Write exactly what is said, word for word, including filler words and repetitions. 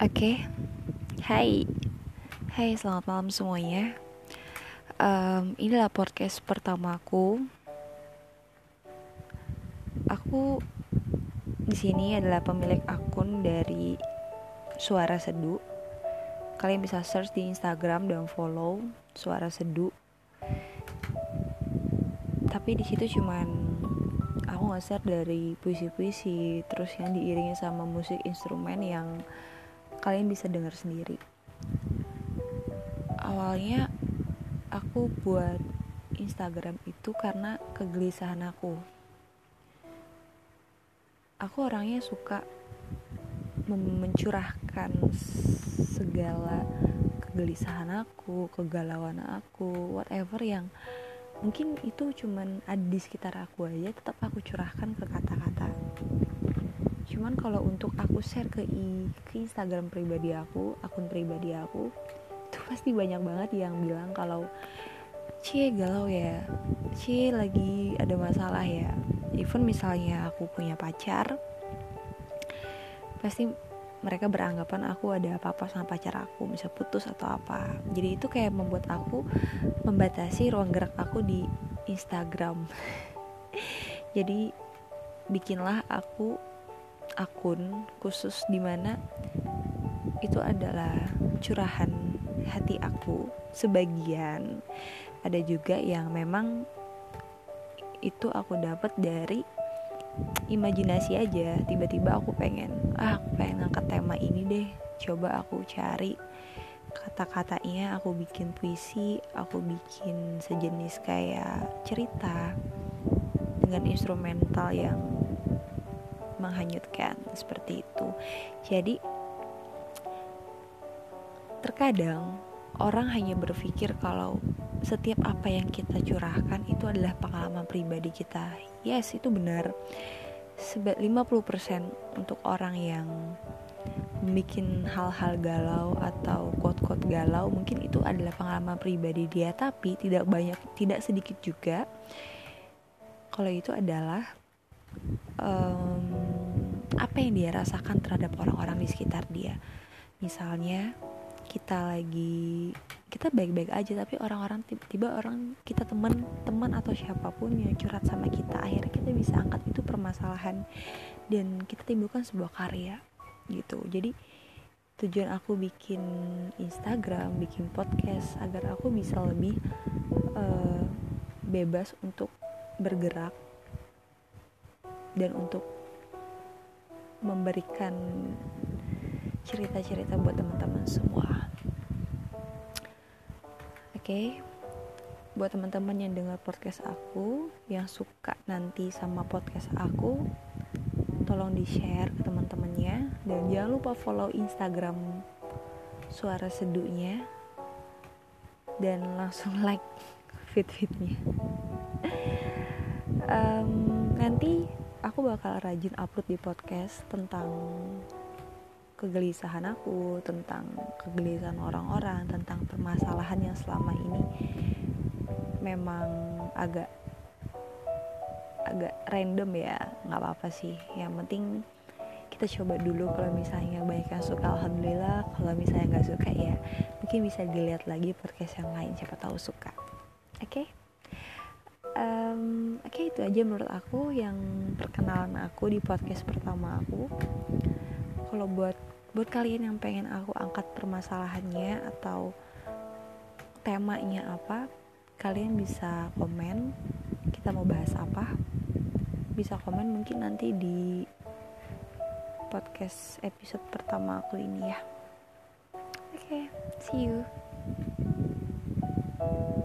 Oke, hai, hai selamat malam semuanya. Um, inilah podcast pertamaku. Aku di sini adalah pemilik akun dari Suara Seduh. Kalian bisa search di Instagram dan follow Suara Seduh. Tapi di situ cuman aku nge-share dari puisi-puisi, terus yang diiringi sama musik instrumen yang kalian bisa dengar sendiri. Awalnya aku buat Instagram itu karena kegelisahan aku. Aku orangnya suka mencurahkan segala kegelisahan aku, kegalauan aku, whatever yang mungkin itu cuman ada di sekitar aku aja, tetap aku curahkan ke kata-kata. Cuman kalau untuk aku share ke, i, ke Instagram pribadi aku, akun pribadi aku, itu pasti banyak banget yang bilang kalau Cie galau ya, Cie lagi ada masalah ya. Even misalnya aku punya pacar, pasti mereka beranggapan aku ada apa-apa sama pacar aku, bisa putus atau apa. Jadi itu kayak membuat aku membatasi ruang gerak aku di Instagram. Jadi bikinlah aku akun khusus dimana itu adalah curahan hati aku sebagian. Ada juga yang memang itu aku dapat dari imajinasi aja. Tiba-tiba aku pengen ah aku pengen ngangkat tema ini deh, coba aku cari kata-katanya, aku bikin puisi, aku bikin sejenis kayak cerita dengan instrumental yang menghanyutkan seperti itu. Jadi terkadang orang hanya berpikir kalau setiap apa yang kita curahkan itu adalah pengalaman pribadi kita. Yes, itu benar. Sebab lima puluh persen untuk orang yang bikin hal-hal galau atau quote-quote galau, mungkin itu adalah pengalaman pribadi dia, tapi tidak banyak, tidak sedikit juga kalau itu adalah um, apa yang dia rasakan terhadap orang-orang di sekitar dia. Misalnya kita lagi kita baik-baik aja, tapi orang-orang tiba-tiba orang kita teman-teman atau siapapun yang curhat sama kita, akhirnya kita bisa angkat itu permasalahan dan kita timbulkan sebuah karya gitu. Jadi tujuan aku bikin Instagram, bikin podcast agar aku bisa lebih uh, bebas untuk bergerak dan untuk memberikan cerita-cerita buat teman-teman semua. Oke, okay. Buat teman-teman yang dengar podcast aku, yang suka nanti sama podcast aku, tolong di-share ke teman-temannya dan jangan lupa follow Instagram Suara Seduhnya dan langsung like feed-feednya. um, nanti aku bakal rajin upload di podcast tentang kegelisahan aku, tentang kegelisahan orang-orang, tentang permasalahan yang selama ini memang agak agak random ya, nggak apa-apa sih. Yang penting kita coba dulu. Kalau misalnya banyak yang suka, alhamdulillah. Kalau misalnya nggak suka ya mungkin bisa dilihat lagi podcast yang lain, siapa tahu suka. Oke, okay? um, oke okay, itu aja menurut aku yang perkenalan aku di podcast pertama aku. Kalau buat buat kalian yang pengen aku angkat permasalahannya atau temanya apa, kalian bisa komen kita mau bahas apa. Bisa komen mungkin nanti di podcast episode pertama aku ini ya. Oke, okay, see you.